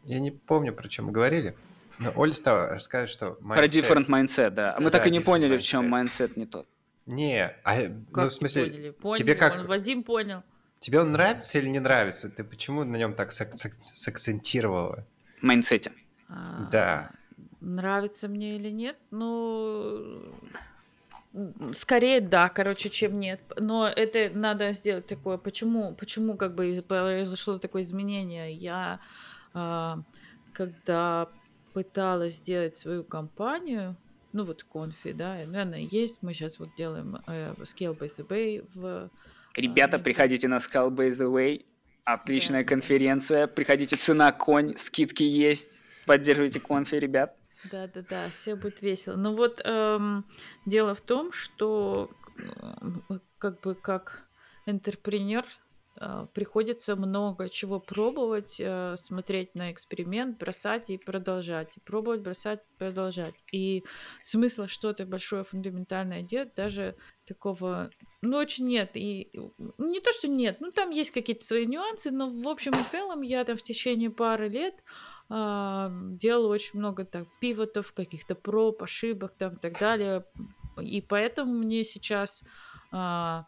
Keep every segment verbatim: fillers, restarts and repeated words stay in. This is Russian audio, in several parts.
Я не помню, про чё мы говорили, но Оля стала рассказывать, что Про mindset. different mindset, да. А мы так Да, и не different поняли, в чем mindset. mindset не тот. Не, а, э, ну, в Как не смысле, поняли? тебе Поняли, вон как? Вадим понял. Тебе он нравится или не нравится? Ты почему на нем так сак- сак- сакцентировала? Майндсете. А, Да. нравится мне или нет? Ну, м, скорее да, короче, чем нет. Но это надо сделать такое. Почему, почему как бы из- произошло такое изменение? Я, а, когда пыталась сделать свою компанию, ну вот конфи, да, и, наверное, есть. Мы сейчас вот делаем э, Scale by the Bay в а, Ребята, Медведь. приходите на Skull by the Way. Да, Отличная да, да. конференция. Приходите, цена конь, скидки есть. Поддерживайте конфи, ребят. Да-да-да, все будет весело. Ну вот, эм, дело в том, что, м, э, как бы как энтерпренер, а, приходится много чего пробовать, э, смотреть на эксперимент, бросать и продолжать. И пробовать, бросать, продолжать. И смысла что-то большое фундаментальное делать даже такого, ну, очень нет. И, м, не то, что нет, ну, там есть какие-то свои нюансы, но в общем и целом я там в течение пары лет а, делала очень много так пивотов, каких-то проб, ошибок там и так далее. И поэтому мне сейчас а,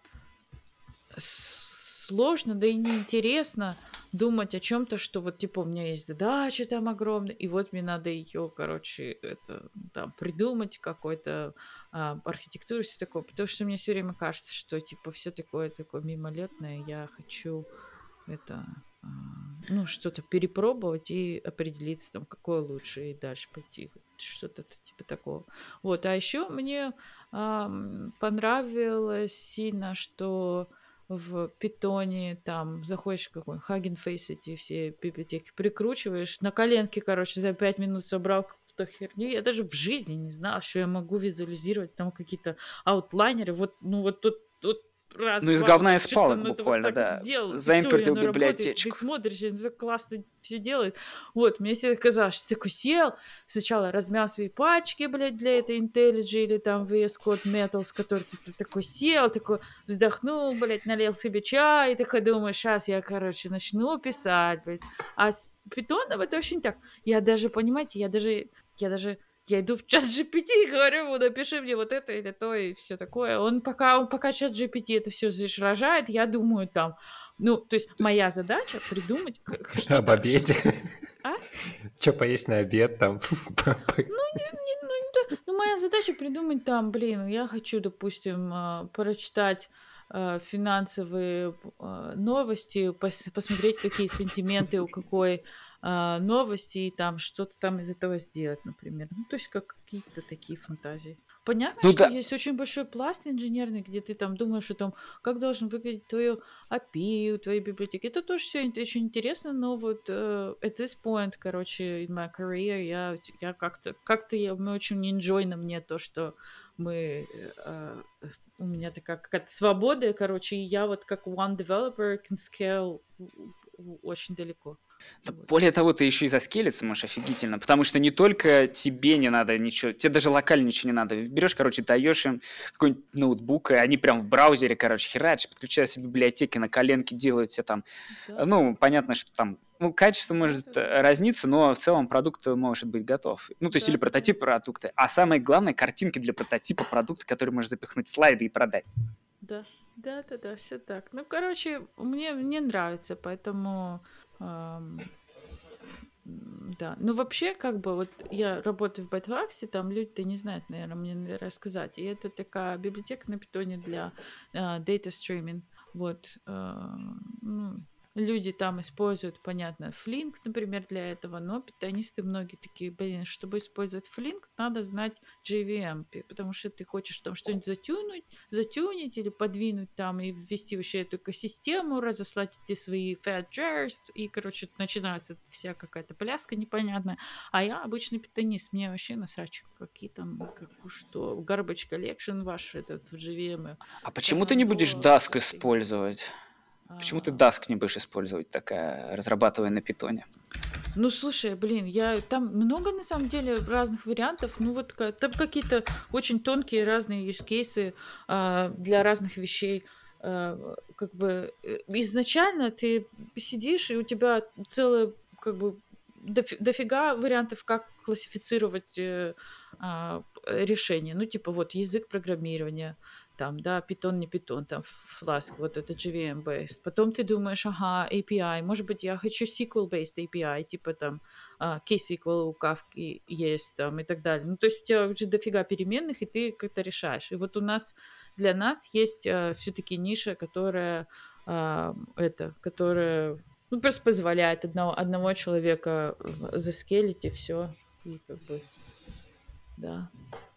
сложно, да и неинтересно думать о чем-то, что вот типа у меня есть задача там огромная, и вот мне надо ее, короче, это там придумать какой-то а, архитектуру, все такое, потому что мне все время кажется, что типа все такое такое мимолетное, я хочу это, а, ну, что-то перепробовать и определиться, там, какое лучше, и дальше пойти. Вот что-то т типа такого. Вот, а еще мне, ам, понравилось сильно, что в питоне там заходишь в какой Hugging Face, эти все библиотеки, прикручиваешь, на коленке, короче, за пять минут собрал какую-то херню. Я даже в жизни не знала, что я могу визуализировать там какие-то аутлайнеры. Вот, ну, вот тут тут раз, Ну, из два, вот говна так из что-то, палок ну, это вот буквально, так вот да. сделал, и всё, и Заимпортил оно работает. Ты библиотечку. смотришь, и оно так классно все делает. Вот, мне всегда казалось, что ты такой сел, сначала размял свои пачки, блядь, для этой IntelliJ или там ви эс Code Metals, который ты ты такой сел, такой вздохнул, блядь, налил себе чай, и такой думаешь: "Щас я, короче, начну писать, блядь". А с питоном это вообще не так. Я даже, понимаете, я даже я даже я иду в ChatGPT и говорю ему: "Напиши мне вот это или то", и все такое. Он пока он пока ChatGPT это все здесь рожает, я думаю там, ну, то есть моя задача придумать к к Об что-то ш обеде. а? Что поесть на обед там? Ну, не не ну, не то. Ну, моя задача придумать там, блин, я хочу, допустим, а, прочитать, а, финансовые п а, новости, пос посмотреть, какие сентименты у какой, а, новости, и там что-то там из этого сделать, например. Ну, то есть как какие-то такие фантазии. Понятно, Ну что да, есть очень большой пласт инженерный, где ты там думаешь о том, как должен выглядеть твое эй пи ай, твоей библиотеки. Это тоже все очень интересно, но вот, э, at this point, короче, in my career, я т я как-то как-то я мы очень enjoy мне то, что мы, э, а, ф у меня такая какая-то свобода, короче, и я вот как one developer can scale у у очень далеко. да Вот. более того, ты еще и заскейлиться можешь офигительно, потому что не только тебе не надо ничего, тебе даже локально ничего не надо. Берешь, короче, даешь им какой-нибудь ноутбук, и они прям в браузере, короче, херачат, подключаются к библиотеке, на коленке делают себе там. Э, Да. Ну, понятно, что там, ну, качество может Да-да-да. э, разниться, но в целом продукт э, может быть готов. Ну, то есть или Да-да-да. прототип продукта. А самое главное, картинки для прототипа продукта, который можешь запихнуть в слайды и продать. Да. Да-да-да, всё так. Ну, короче, мне мне нравится, поэтому, ам М, да. Ну, вообще, как бы, вот я работаю в Байтваксе, там люди-то не знают, наверное, мне надо рассказать. И это такая библиотека на питоне для а, data streaming. Вот. а, ну, люди там используют, понятно, Flink, например, для этого, но питонисты многие такие, блин, чтобы использовать Flink, надо знать джей ви эм, пи, потому что ты хочешь там что-нибудь затюнуть, затюнить или подвинуть там и ввести вообще эту экосистему, разослать эти свои fat jars, и, короче, начинается вся какая-то пляска непонятная. А я обычный питонист, мне вообще насрать, какие там, как, что, garbage collection ваш этот в джей ви эм, А почему ты не будешь командо, Dask вся фигня. использовать? Почему ты А, Dask не будешь использовать, такая, разрабатывая на питоне? Ну, слушай, блин, я там много на самом деле разных вариантов. Ну, вот ка- там какие-то очень тонкие разные use cases а, для разных вещей. А, как бы э, изначально ты сидишь, и у тебя целая как бы дофи- дофига вариантов, как классифицировать э, а, п- решения. Ну, типа, вот язык программирования, там, да, Python, не Python, там, Flask, вот это джей ви эм-based. Потом ты думаешь, ага, эй пи ай, может быть, я хочу сиквел-based эй пи ай, типа там а, K-сиквел у Kafka есть, там, и так далее. Ну, то есть у тебя уже дофига переменных, и ты как-то решаешь. И вот у нас, для нас есть все-таки ниша, которая а, это, которая ну, просто позволяет одного, одного человека в- заскелить, и все. И как бы, да.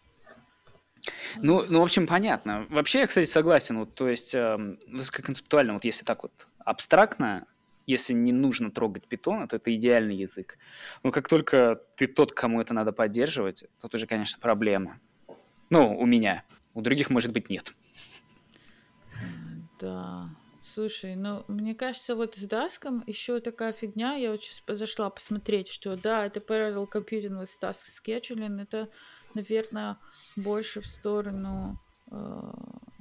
Ну, ну, в общем, понятно. Вообще, я, кстати, согласен. Вот, то есть, эм, высококонцептуально, вот если так вот абстрактно, если не нужно трогать питон, то это идеальный язык. Но как только ты тот, кому это надо поддерживать, тут уже, конечно, проблема. Ну, у меня. У других, может быть, нет. А, Да. Слушай, ну, мне кажется, вот с Даском еще такая фигня. Я вот сейчас зашла посмотреть, что да, это Parallel Computing with Task Scheduling. Это, наверное, больше в сторону... э,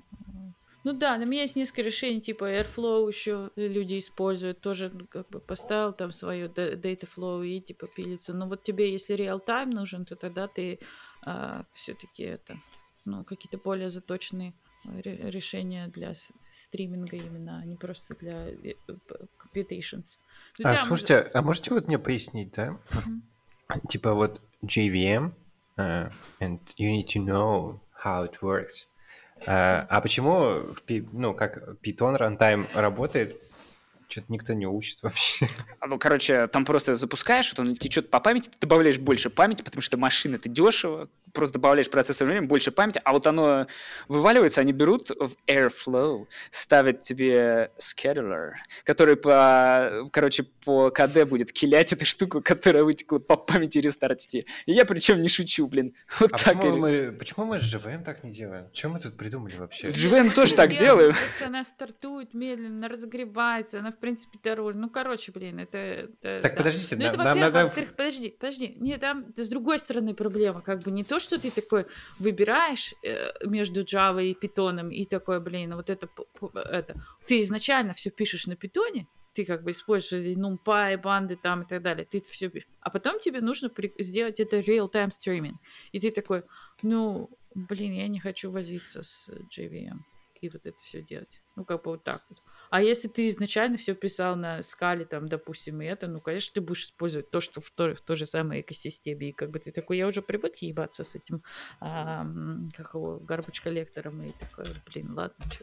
Ну да, там есть несколько решений, типа Airflow еще люди используют, тоже ну, как бы поставил там свое Dataflow и типа пилится. Но вот тебе, если реал-тайм нужен, то тогда ты все-таки это, ну, какие-то более заточенные э, ре- решения для с- стриминга именно, а не просто для э, п- computations. Ну, А, там уже... слушайте, а можете вот мне пояснить, да? Мгм. Типа вот джей ви эм, uh, and you need to know how it works. А, Да. а почему, в пи- ну, как Python runtime работает, что-то никто не учит вообще. А, Ну, короче, там просто запускаешь, вот он течет по памяти, ты добавляешь больше памяти, потому что машина это дешево, просто добавляешь процессорное время, больше памяти, а вот оно вываливается, они берут в Airflow, ставят тебе scheduler, который по, короче, по КД будет килять эту штуку, которая вытекла по памяти рестартите. И я причем не шучу, блин. Вот А так. почему и- мы, почему мы с джи ви эм так не делаем? Что мы тут придумали вообще? Джи ви эм Нет, тоже мы так делаем, делает. просто она стартует медленно, разогревается, она, в принципе, дороже. Ну, короче, блин, это, это Так, да. подождите, Ну, на- это нам во-первых, а надо... в- во-вторых, подожди, подожди. Нет, там с другой стороны проблема. Как бы не то, что ты такой выбираешь э, между Java и Python, и такой, блин, вот это, п- п- это. Ты изначально все пишешь на Python, ты как бы используешь NumPy, банды там и так далее, ты все пишешь. А потом тебе нужно при- сделать это real-time streaming. И ты такой, ну, блин, я не хочу возиться с джей ви эм и вот это все делать. Ну, как бы вот так вот. А если ты изначально все писал на скале, там, допустим, и это, ну, конечно, ты будешь использовать то, что в той, в той же самой экосистеме. И как бы ты такой, я уже привык ебаться с этим, а, м, как его, garbage коллектором. И такой, блин, ладно, что.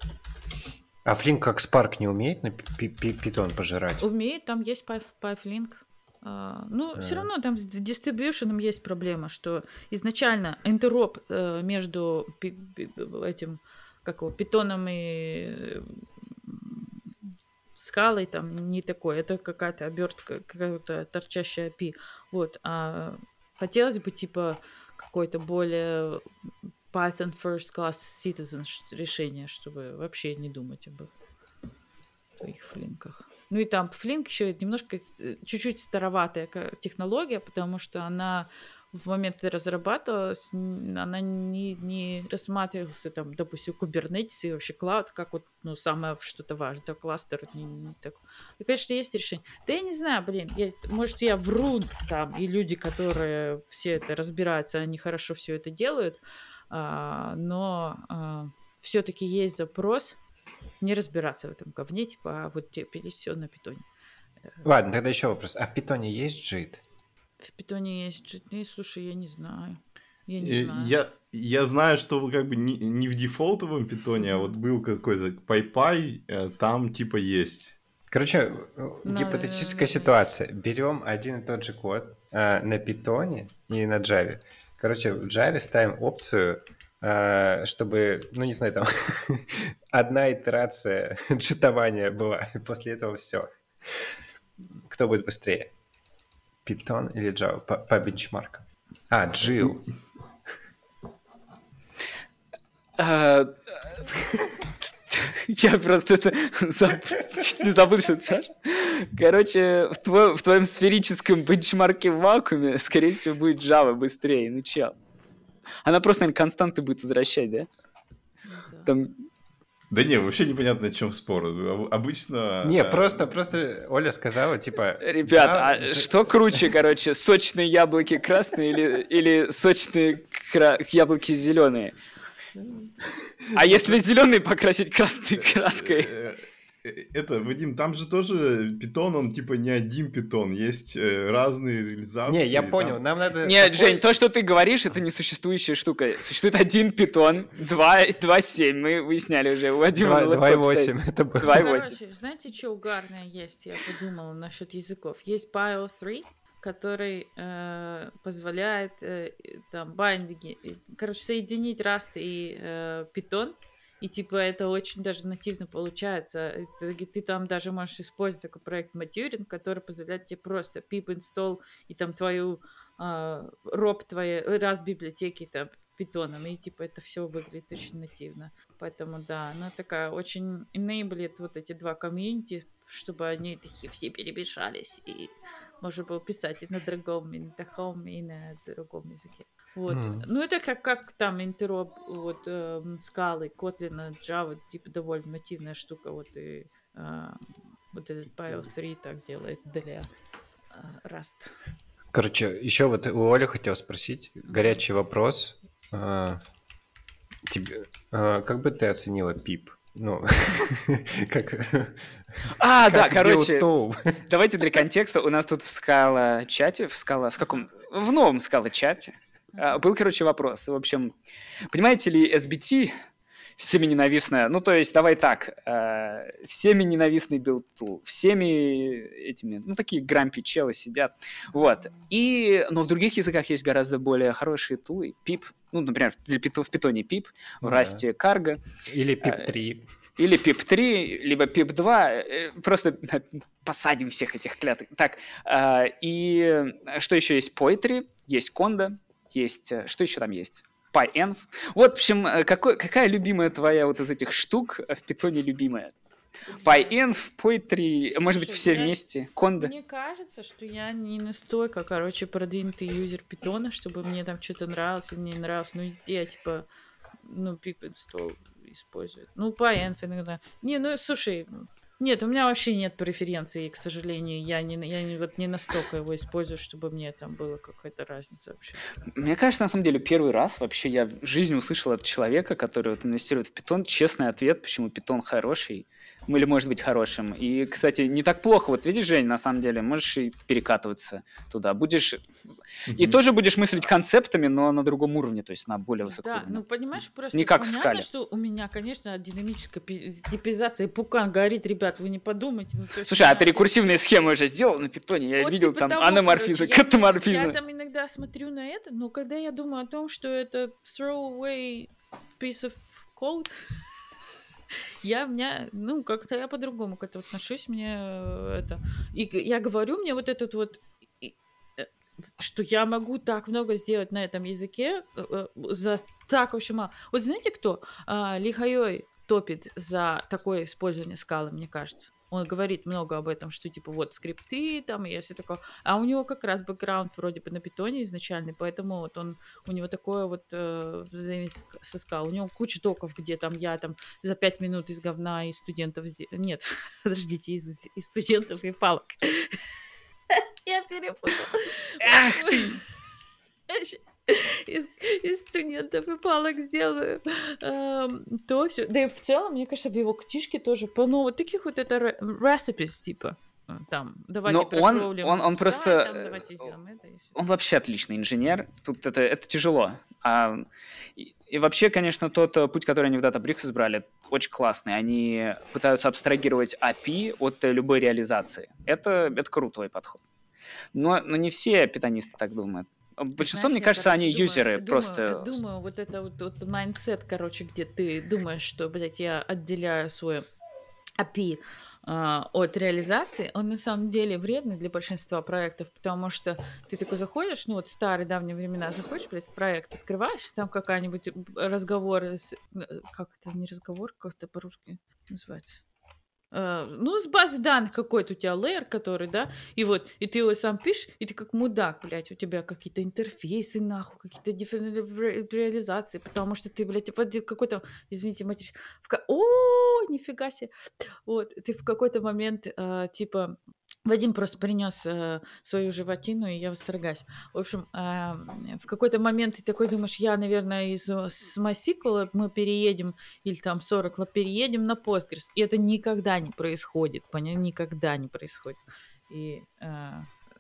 А Flink как Spark не умеет на пи- пи- Python пожирать? Умеет, там есть Pyf- PyFlink. А, ну, все А. равно там с дистрибьюшеном есть проблема, что изначально интероп э, между пи- пи- этим, как его, питоном и э, м, скалой там не такой. Это какая-то обертка, какая-то торчащая эй пи ай. Вот. А хотелось бы, типа, какой-то более Python First Class Citizen ш- решение, чтобы вообще не думать об твоих флинках. Ну и там флинк еще немножко, э, чуть-чуть староватая ка- технология, потому что она в момент когда разрабатывалась, н- она не, не рассматривался там, допустим, Kubernetes и вообще клауд как вот, ну, самое что-то важное, да, кластер не, не так. И, конечно, есть решение. Да я не знаю, блин, я- может, я вру там, и люди, которые все это разбираются, они хорошо все это делают, а, но все-таки есть запрос не разбираться в этом говне, типа, а вот тебе пилить все на питоне. Э, Ладно, тогда еще вопрос. А в Python есть джит? В питоне есть джитни, слушай, я не знаю. Я не Э, знаю. Я, я знаю, что вы как бы не, не в дефолтовом питоне, а Мгм. вот был какой-то PyPy, э, там типа есть. Короче, э, Ну, гипотетическая э, ситуация. Берем один и тот же код э, на Python и на Java. Короче, в Java ставим опцию, э, чтобы, ну не знаю, там одна итерация джитования была. После этого все. Кто будет быстрее? Python или Java по, по бенчмаркам? А, Джил. А, Я просто это забыл, чуть не забыл, что ты, Саша. Короче, в, тво- в твоем сферическом бенчмарке в вакууме, скорее всего, будет Java быстрее. Ну чё? Она просто, наверное, константы будет возвращать, да? да. Там Да не, вообще непонятно, о чем спор. Об- Обычно... Не, э, просто, просто Оля сказала, типа, Ребят, да, а дж- что круче, короче, сочные яблоки красные или, или сочные кра- яблоки зеленые? А ну, если про- зеленый покрасить красной краской? э, э, Это, Вадим, там же тоже питон, он типа не один питон, есть э, разные не, я реализации. понял, Там... нам надо Нет, Жень, такой... то, что ты говоришь, это несуществующая штука. Существует один питон, два, два семь. Мы выясняли уже, у Вадима на два и лэптоп стоит. восемь, это было. Два и Ну, восемь. короче, знаете, что угарное есть? Я подумала насчет языков. Есть Bio три, который э, позволяет э, и- там байдинги, и, короче, соединить Rust и э, Python. И типа это очень даже нативно получается. И Ты, ты там даже можешь использовать такой проект Maturing, который позволяет тебе просто pip install и там твою э, роб твоей раз библиотеки там питоном, и типа это все выглядит очень нативно. Поэтому да, она такая очень enablet вот эти два комьюнити, чтобы они такие все перемешались, и можно было писать и на другом, и на таком, и на другом языке. Вот. М. Ну, это как, как там интероп, вот, эм, скалы, Kotlin, Java, типа, довольно нативная штука, вот, и а, вот этот Bios три так делает для а, Rust. Короче, еще вот у Оли хотел спросить, горячий вопрос. А, тебе, а, как бы ты оценила пип? Ну, как... А, да, как короче, Ютуб. давайте для контекста. У нас тут в скала-чате, в скала, в каком? В новом скала-чате а, был, короче, вопрос. В общем, понимаете ли, эс би ти всеми ненавистная, ну, то есть, давай так, э, всеми ненавистный билд-тул, всеми этими, ну, такие грампи челы сидят, вот. И, но в других языках есть гораздо более хорошие тулы. Пип, ну, например, для пито- в питоне пип, в Ну да. расте карго, Или э, пип три. или пип три, либо пип два, э, просто посадим всех этих клятых. Так, э, и э, что еще есть? Poetry, есть Conda, есть, э, что еще там есть? PyEnv. Вот, в общем, э, какой, какая любимая твоя вот из этих штук в питоне любимая? PyEnv, Poetry, может быть, Слушай, все я- вместе, Conda. Мне кажется, что я не настолько, короче, продвинутый юзер питона, чтобы мне там что-то нравилось или не нравилось. Ну, я, типа, ну, pip install использую. Ну, PyEnv иногда. Не, ну, слушай, нет, у меня вообще нет преференций, к сожалению. Я не, я не, вот не настолько его использую, чтобы мне там была какая-то разница вообще. Мне кажется, на самом деле, первый раз вообще я в жизни услышал от человека, который вот инвестирует в питон, честный ответ, почему питон хороший, ну, или может быть хорошим. И, кстати, не так плохо. Вот видишь, Жень, на самом деле, можешь и перекатываться туда. Будешь... И Мгм. тоже будешь мыслить концептами, но на другом уровне, то есть на более высоком Да, уровне. ну понимаешь, просто Не как в понятно, скале. что у меня, конечно, от динамической пи- типизации пукан горит, ребят, вы не подумайте. Ну, то есть Слушай, у а меня ты опять- рекурсивные схемы уже сделал на питоне? Я Вот видел типа там того, аноморфизм, короче, я, см- катаморфизм. я там иногда смотрю на это, но когда я думаю о том, что это throwaway piece of code, я, меня, ну, как-то я по-другому к этому отношусь, мне э, это... И г- я говорю, мне вот этот вот... и- э, что я могу так много сделать на этом языке э, э, за так вообще мало. Вот знаете кто? А, Ли Хайой топит за такое использование скалы, мне кажется. Он говорит много об этом, что типа вот скрипты там и все такое. А у него как раз бэкграунд вроде бы на питоне изначальный, поэтому вот он у него такое вот э, взаимодействие с- со скалой. У него куча токов, где там я там за пять минут из говна и студентов... сде- Нет, подождите, из, из студентов и палок. Я перепутала. Ах ты! Из, из студентов и палок сделаю эм, то все. Да и в целом, мне кажется, в его книжке тоже полно вот таких вот это ре- recipes, типа э, там, давайте Но он- прокроллим он- он сайт, просто, там, э, давайте сделаем это и всё. Он вообще отличный инженер. Тут это, это тяжело. А, и, и вообще, конечно, тот э, путь, который они в Databricks избрали, очень классный. Они пытаются абстрагировать эй пи ай от э, любой реализации. Это, это крутой подход. Но, но не все питонисты так думают. Большинство, Знаешь, мне я, кажется, короче, они думаю- юзеры думаю- просто... Думаю, вот это вот, вот mindset, короче, где ты думаешь, что, блядь, я отделяю свой эй пи ай а, от реализации, он на самом деле вредный для большинства проектов, потому что ты такой заходишь, ну вот в старые давние времена заходишь, блядь, проект открываешь, там какая-нибудь разговор, с- э, как это, не разговор, как это по-русски называется? э, ну, с базы данных какой-то у тебя layer, который, да, и вот, и ты его сам пишешь, и ты как мудак, блядь, у тебя какие-то интерфейсы, нахуй, какие-то дифферен- реализации, потому что ты, блядь, в один какой-то, извините, матерь, в ка- о, нифига себе, вот, ты в какой-то момент, э, типа, Вадим просто принес э, свою животину, и я восторгаюсь. В общем, а, м, в какой-то момент ты такой думаешь, я, наверное, из э, с MySQL мы переедем, или там с Oracle переедем на Postgres. И это никогда не происходит, поня- никогда не происходит. И а,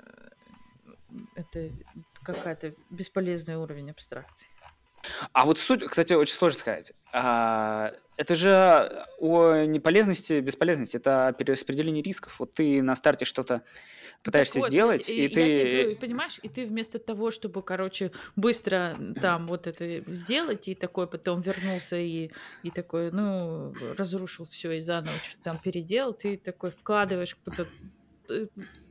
э, это какая-то бесполезный уровень абстракции. А вот суть, кстати, очень сложно сказать. А, это же о неполезности, бесполезности. Это о перераспределении рисков. Вот ты на старте что-то Так пытаешься вот, я, те- сделать, и и я тебе говорю, и ты... понимаешь, и ты вместо того, чтобы, короче, быстро м, там вот это сделать, и такой потом вернулся и, и такой, ну, разрушил все и заново что-то там переделал, ты такой вкладываешь какую-то э,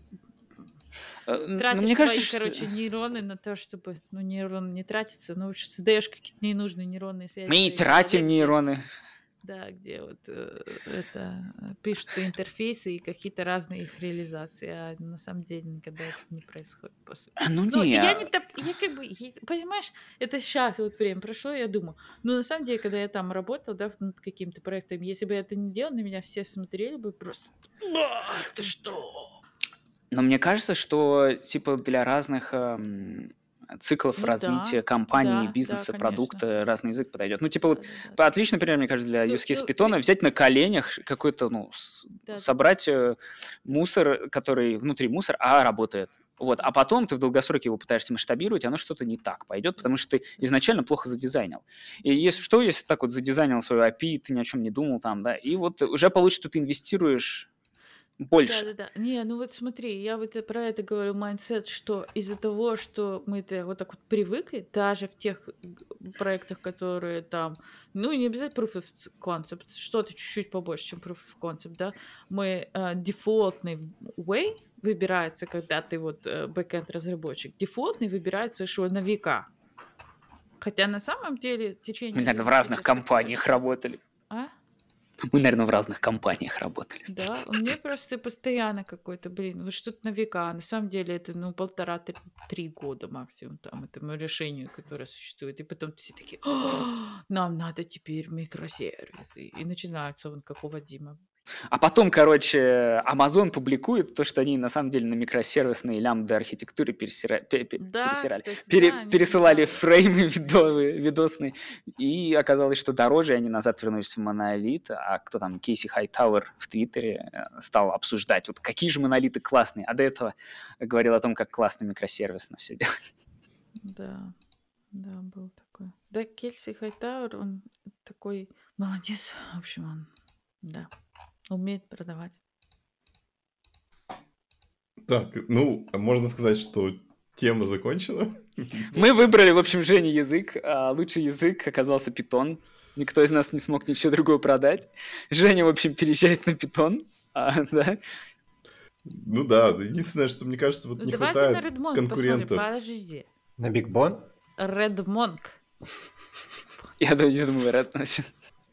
э, н- Ну, тратишь мне кажется, свои, что... короче, нейроны на то, чтобы, ну, нейроны не тратятся, ну, в общем, создаешь какие-то ненужные нейронные связи в Мы и своей голове, тратим где, нейроны. да, где вот э, это э, пишутся интерфейсы и какие-то разные их реализации, а на самом деле никогда это не происходит, по сути. Ну, Ну, не. я не так, я как бы, е- понимаешь, это сейчас вот время прошло, я думаю, ну, на самом деле, когда я там работала, да, над каким-то проектом, если бы я это не делала, на меня все смотрели бы просто, «А, ты что? Но мне кажется, что типа для разных эм, циклов Ну да, развития компании, да, да, бизнеса, конечно. продукта разный язык подойдет. Ну, типа Да, вот да, да, по- да. отлично, например, мне кажется, для Ну, use case ну, питона ви- взять на коленях ш- какой-то, ну, с- да, да, да. собрать э, мусор, который внутри мусор, а работает. Вот, а потом ты в долгосроке его пытаешься масштабировать, оно что-то не так пойдет, потому что ты изначально плохо задизайнил. И если что, если так вот задизайнил свою эй пи ай, ты ни о чем не думал там, да, и вот уже получится, что ты инвестируешь больше. Да-да-да. Не, ну вот смотри, я вот и про это говорю, майндсет, что из-за того, что мы-то вот так вот привыкли, даже в тех г- проектах, которые там, ну, не обязательно proof of s- concept, что-то чуть-чуть побольше, чем proof of concept, да, мы э, дефолтный в- way выбирается, когда ты вот э, backend разработчик, дефолтный выбирается что на века. Хотя на самом деле в Мы, течение наверное, в жизни разных через какие-то компаниях шаги... работали. А? Мы, наверное, в разных компаниях работали. Да, у меня просто постоянно какой-то, блин, вот что-то на века. А на самом деле это, ну, полтора-три года максимум там этому решению, которое существует. И потом все такие, «А, нам надо теперь микросервисы. И начинается он, как у Вадима. А потом, короче, Amazon публикует то, что они на самом деле на микросервисной лямбда архитектуре пересира- пе- пе- Да, пересирали. кстати, Пере- да, они пересылали признали. фреймы видовые, видосные. И оказалось, что дороже, и они назад вернулись в монолит. А кто там, Кейси Хайтауэр в Твиттере э, стал обсуждать, вот какие же монолиты классные. А до этого говорил о том, как классно микросервисно все делать. Да, да, был такой. Да, Кельси Хайтауэр, он такой молодец. В общем, он, да, умеет продавать. Так, ну, можно сказать, что тема закончена. Мы выбрали, в общем, Жене язык. А лучший язык оказался Python. Никто из нас не смог ничего другого продать. Женя, в общем, переезжает на Python. А, да. Ну да, единственное, что мне кажется, вот Ну, не давайте на хватает Redmonk посмотрим. конкурентов. Подожди. На Big Bon? Redmonk. Я думаю, я думаю, рад начать.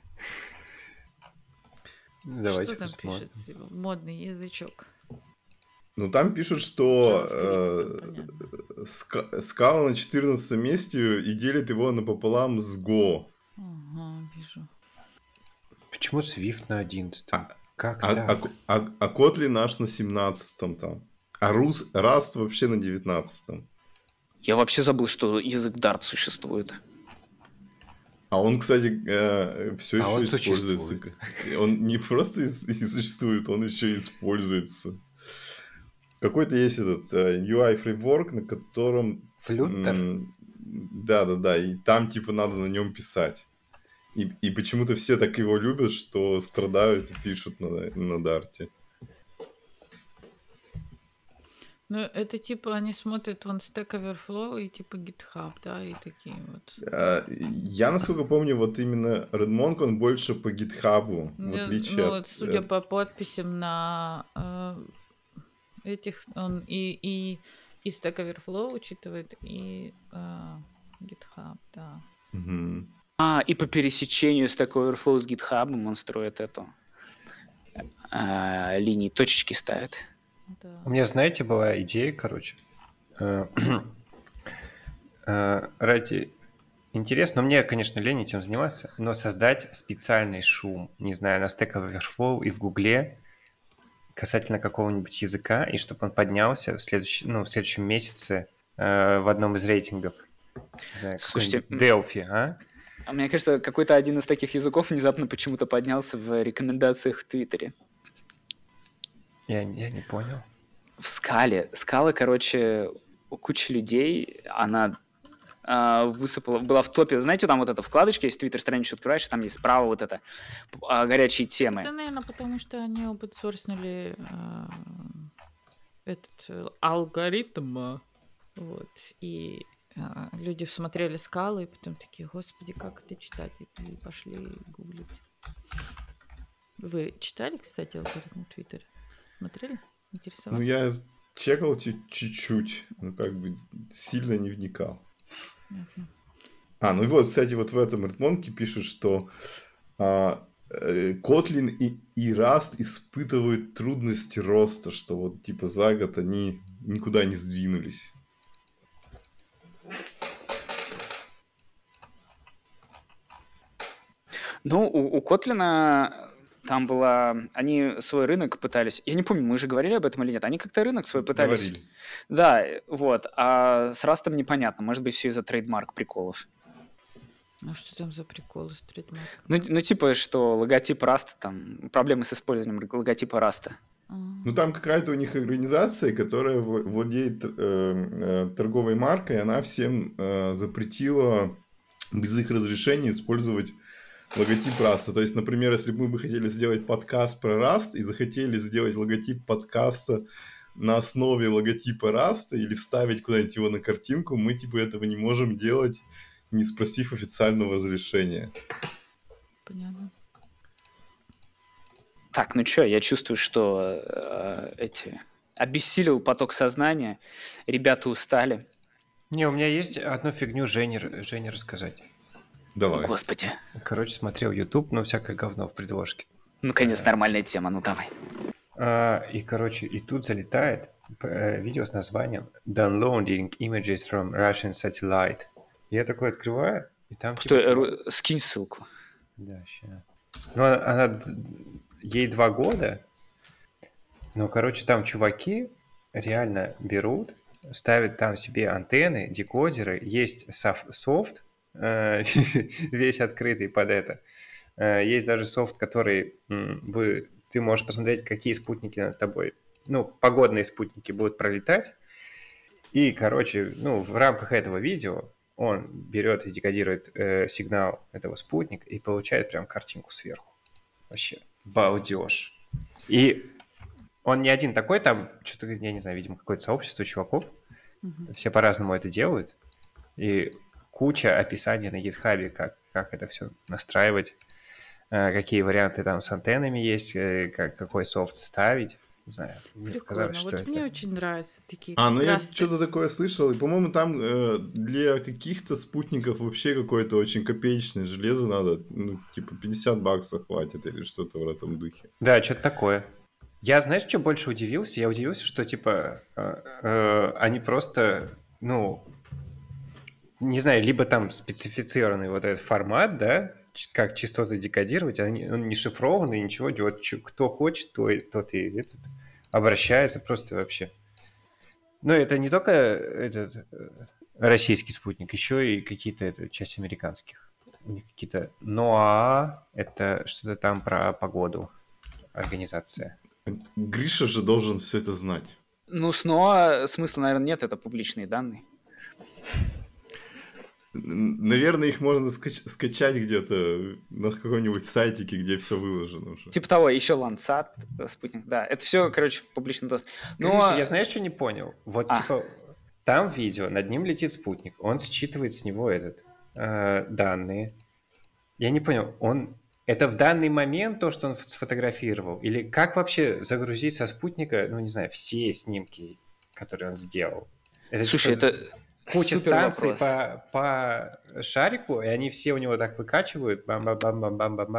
Давайте Что там посмотрим. пишет? Типа, модный язычок. Ну там пишут, что JavaScript, э, понятно. ска- Scala на четырнадцатом месте и делит его напополам с Go. Ага, вижу. Почему Swift на одиннадцатом? Как А, так? а, а, а Kotlin наш на семнадцатом там. А Rust, Rust вообще на девятнадцатом. Я вообще забыл, что язык Dart существует. А он, кстати, все А еще он используется. существует. Он не просто и, и существует, он еще и используется. Какой-то есть этот э, ю ай фреймворк, на котором... Flutter? Да-да-да, и там типа надо на нем писать. И, и почему-то все так его любят, что страдают и пишут на, на Дарте. Ну, это типа они смотрят вон Stack Overflow и типа GitHub, да, и такие вот. А, Я, насколько помню, вот именно Redmonk, он больше по GitHub, в Ну, отличие ну, от... вот, судя э, по подписям на э, этих, он и, и, и Stack Overflow учитывает, и э, GitHub, да. мгм. А, и по пересечению Stack Overflow с GitHub он строит эту а, линии, точечки ставят. Да. У меня, знаете, была идея, короче, э, э, ради интересно, но мне, конечно, лень этим заниматься, но создать специальный шум, не знаю, на Stack Overflow и в Гугле касательно какого-нибудь языка, и чтобы он поднялся в, следующий, ну, в следующем месяце э, в одном из рейтингов. Не знаю, Слушайте, какой-нибудь Delphi, а? А мне кажется, какой-то один из таких языков внезапно почему-то поднялся в рекомендациях в Твиттере. Я, я не понял. В скале. Скала, короче, у кучи людей, она а, высыпала, была в топе. Знаете, там вот эта вкладочка есть, Твиттер страничку открываешь, и там есть справа вот это а, горячие темы. Это, наверное, потому что они опенсорснули э, этот э, алгоритм. э, Вот. И э, люди смотрели скалы, и потом такие, господи, как это читать? И пошли гуглить. Вы читали, кстати, алгоритм в Твиттере? Смотрели? Ну, Интересовались? я чекал чуть- чуть-чуть, но как бы сильно не вникал. Мгм. А, ну и вот, кстати, вот в этом Редмонке пишут, что а, э, Kotlin и, и Rust испытывают трудности роста, что вот типа за год они никуда не сдвинулись. Ну, у, у Котлина там была... Они свой рынок пытались... Я не помню, мы же говорили об этом или нет. Они как-то рынок свой пытались... Говорили. Да, э, вот. А с Растом непонятно. Может быть, все из-за трейдмарк приколов. А что там за приколы с трейдмарком? Ну, ну, типа, что логотип Раста, там, проблемы с использованием логотипа Раста. А, Ну, там какая-то у них организация, которая вла- владеет э, э, торговой маркой, она всем э, запретила без их разрешения использовать логотип Раста. То есть, например, если бы мы бы хотели сделать подкаст про Раст и захотели сделать логотип подкаста на основе логотипа Раста или вставить куда-нибудь его на картинку, мы типа этого не можем делать, не спросив официального разрешения. понятно. Так, ну что, я чувствую, что э, эти... Обессилил поток сознания. Ребята устали. Не, у меня есть одну фигню Жене, Жене рассказать. Давай. Господи. Короче, смотрел YouTube, но всякое говно в предложке. Наконец, нормальная тема, ну давай. А, и, короче, и тут залетает э, видео с названием Downloading Images from Russian Satellite. Я такой открываю, и там Кто, типа... э, чувак- ру- скинь ссылку. Да, ща. Ну, она, она д- ей два года. Ну, короче, там чуваки реально берут, ставят там себе антенны, декодеры, есть соф- софт, э, весь открытый под это. Э, Есть даже софт, который м, вы, ты можешь посмотреть, какие спутники над тобой, ну, погодные спутники будут пролетать. И, короче, ну, в рамках этого видео он берет и декодирует э, сигнал этого спутника и получает прям картинку сверху. Вообще, балдеж. И он не один такой, там, что-то, я не знаю, видимо, какое-то сообщество чуваков. Мгм. Все по-разному это делают. И куча описаний на гитхабе, как, как это все настраивать, э, какие варианты там с антеннами есть, э, как, какой софт ставить. Не знаю, мне показалось, Прикольно. что Вот мне это... очень нравятся такие А, ну я красные. что-то такое слышал. И, по-моему, там э, для каких-то спутников вообще какое-то очень копеечное железо надо. Ну, типа пятьдесят баксов хватит или что-то в этом духе. Да, что-то такое. Я, знаешь, что больше удивился? Я удивился, что, типа, э, э, они просто, ну, не знаю, либо там специфицированный вот этот формат, да, ч- как частоты декодировать, они, он не шифрованный, ничего, вот чё- кто хочет, то, и- тот и этот, обращается просто вообще. Но это не только этот э, российский спутник, еще и какие-то это, части американских. У них какие-то ноа, это что-то там про погоду, организация. Гриша же должен все это знать. Ну, с ноа смысла, наверное, нет, это публичные данные. Н- Наверное, их можно скач- скачать где-то на каком-нибудь сайтике, где все выложено уже. Типа того, еще Landsat, э, спутник, да. Это все, короче, в публичном доступе. Но... Гриша, я знаешь, что не понял? Вот, А. типа, там видео, над ним летит спутник, он считывает с него этот, э, данные. Я не понял, он... Это в данный момент то, что он ф- сфотографировал? Или как вообще загрузить со спутника, ну, не знаю, все снимки, которые он сделал? Это, Слушай, типа, это куча супер станций вопрос. по, по шарику, и они все у него так выкачивают, бам-бам-бам-бам-бам-бам.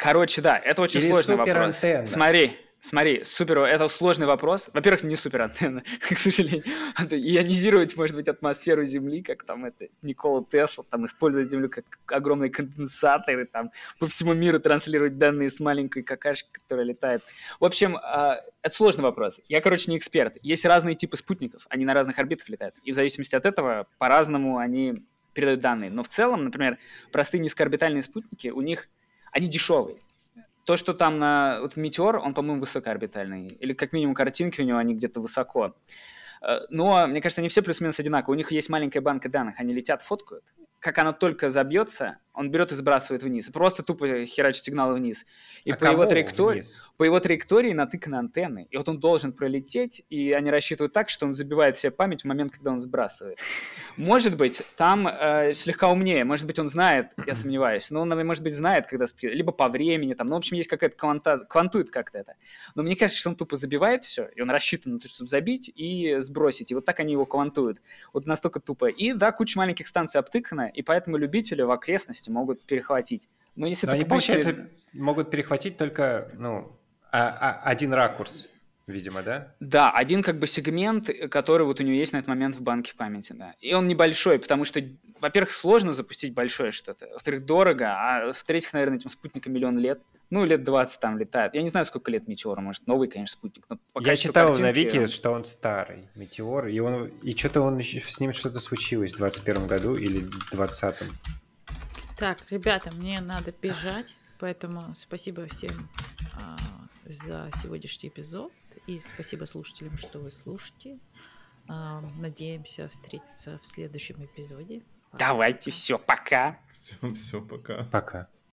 Короче, да, это очень Или сложный вопрос. суперантенна? Смотри, смотри, супер, это сложный вопрос. Во-первых, не супер антенна, к сожалению. А то ионизировать, может быть, атмосферу Земли, как там это Никола Тесла, там использовать Землю как огромный конденсатор и там по всему миру транслировать данные с маленькой какашки, которая летает. В общем, а, это сложный вопрос. Я, короче, не эксперт. Есть разные типы спутников, они на разных орбитах летают. И в зависимости от этого по-разному они передают данные. Но в целом, например, простые низкоорбитальные спутники, у них они дешевые. То, что там на вот Метеор, он, по-моему, высокоорбитальный. Или как минимум картинки у него, они где-то высоко. Э, Но, мне кажется, они все плюс-минус одинаковые. У них есть маленькая банка данных, они летят, фоткают. Как она только забьется, он берет и сбрасывает вниз. Просто тупо херачит сигналы вниз. И А по его кому траектории, вниз? по его траектории натыканы антенны. И вот он должен пролететь, и они рассчитывают так, что он забивает себе память в момент, когда он сбрасывает. Может быть, там э, слегка умнее, может быть, он знает, я сомневаюсь, но он, может быть, знает, когда спит, либо по времени, там, ну, в общем, есть какая-то кванта, квантует как-то это. Но мне кажется, что он тупо забивает все, и он рассчитан на то, чтобы забить и сбросить, и вот так они его квантуют. Вот настолько тупо. И, да, куча маленьких станций обтыкана, и поэтому любители в окрестности могут перехватить. Но если Но это они, получается... получается, могут перехватить только, ну, а- а- один ракурс, видимо, да? Да, один как бы сегмент, э, который вот у него есть на этот момент в банке памяти, да. И он небольшой, потому что, во-первых, сложно запустить большое что-то, во-вторых, дорого, а в-третьих, наверное, этим спутникам миллион лет. Ну, лет двадцать там летает. Я не знаю, сколько лет Метеора, может, новый, конечно, спутник, но по Я качеству читал на картинки Вики, он- что он старый, Метеор, и он и что-то он ещё- с ним что-то случилось в двадцать первом году или в двадцатом. Так, ребята, мне надо бежать, поэтому спасибо всем а, за сегодняшний эпизод. И спасибо слушателям, что вы слушаете. А, надеемся встретиться в следующем эпизоде. Пока. Давайте, все, пока. Все, все, пока. Пока.